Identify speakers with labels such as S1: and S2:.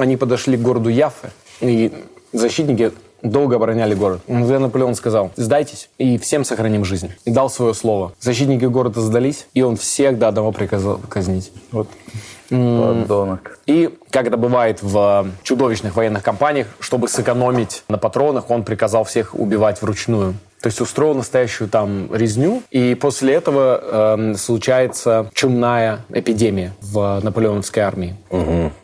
S1: они подошли к городу Яффе, и защитники долго обороняли город. Тогда Наполеон сказал: сдайтесь, и всем сохраним жизнь. И дал свое слово. Защитники города сдались, и он всех до одного приказал казнить. Вот.
S2: Подонок.
S1: И, как это бывает в чудовищных военных кампаниях, чтобы сэкономить на патронах, он приказал всех убивать вручную. То есть устроил настоящую там резню, и после этого случается чумная эпидемия в наполеоновской армии.
S3: Угу.